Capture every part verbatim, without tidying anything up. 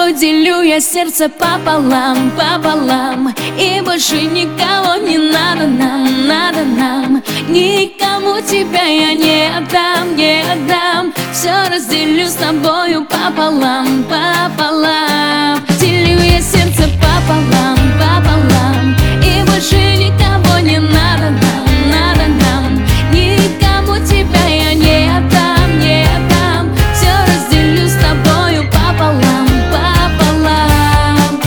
тобой делю я сердце пополам, пополам. И больше никого не надо нам, надо нам. Никому тебя я не отдам, не отдам. Все разделю с тобою пополам, пополам. Делю я сердце пополам, пополам. И больше никого не надо нам, надо нам. Никому тебя я не отдам, не отдам. Все разделю с тобою пополам, пополам.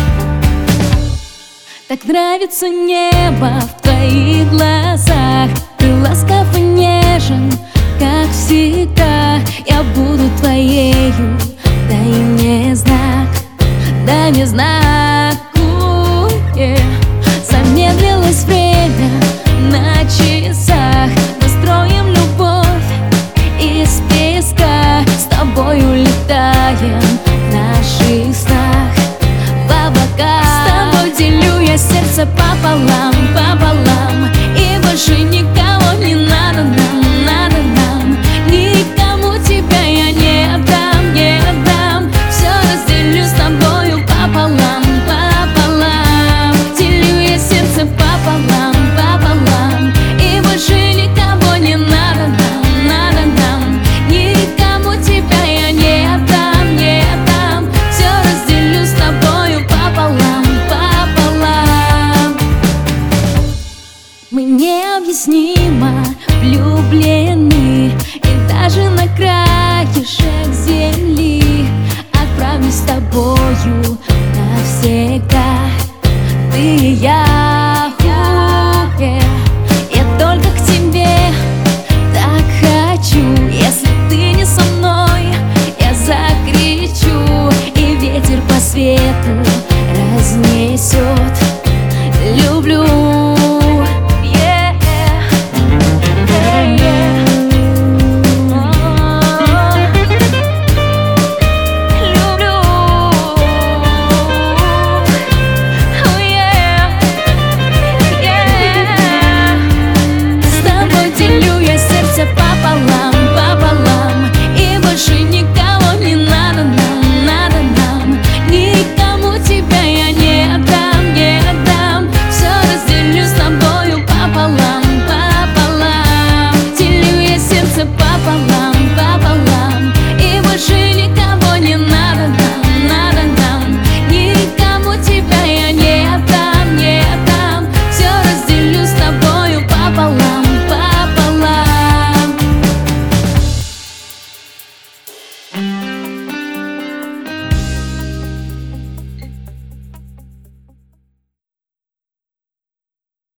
Так нравится небо в твоих глазах. Ты ласков и нежен, как всегда. Я буду твоею, дай мне знак, дай мне знак. У-е. Замедлилось время на часах. Построим любовь из песка. С тобою летаем в наших снах, в облаках. С тобой делю я сердце пополам, пополам. И больше никого не надо нам, надо нам. Никому тебя я не отдам, не отдам. Все разделю с тобою пополам, пополам. Делю я сердце пополам, пополам. И больше никого не надо нам, надо нам. Никому тебя я не отдам, не отдам. Все разделю с тобою пополам, пополам. Мы необъяснимо влюблены, и даже на краешек земли отправлюсь с тобой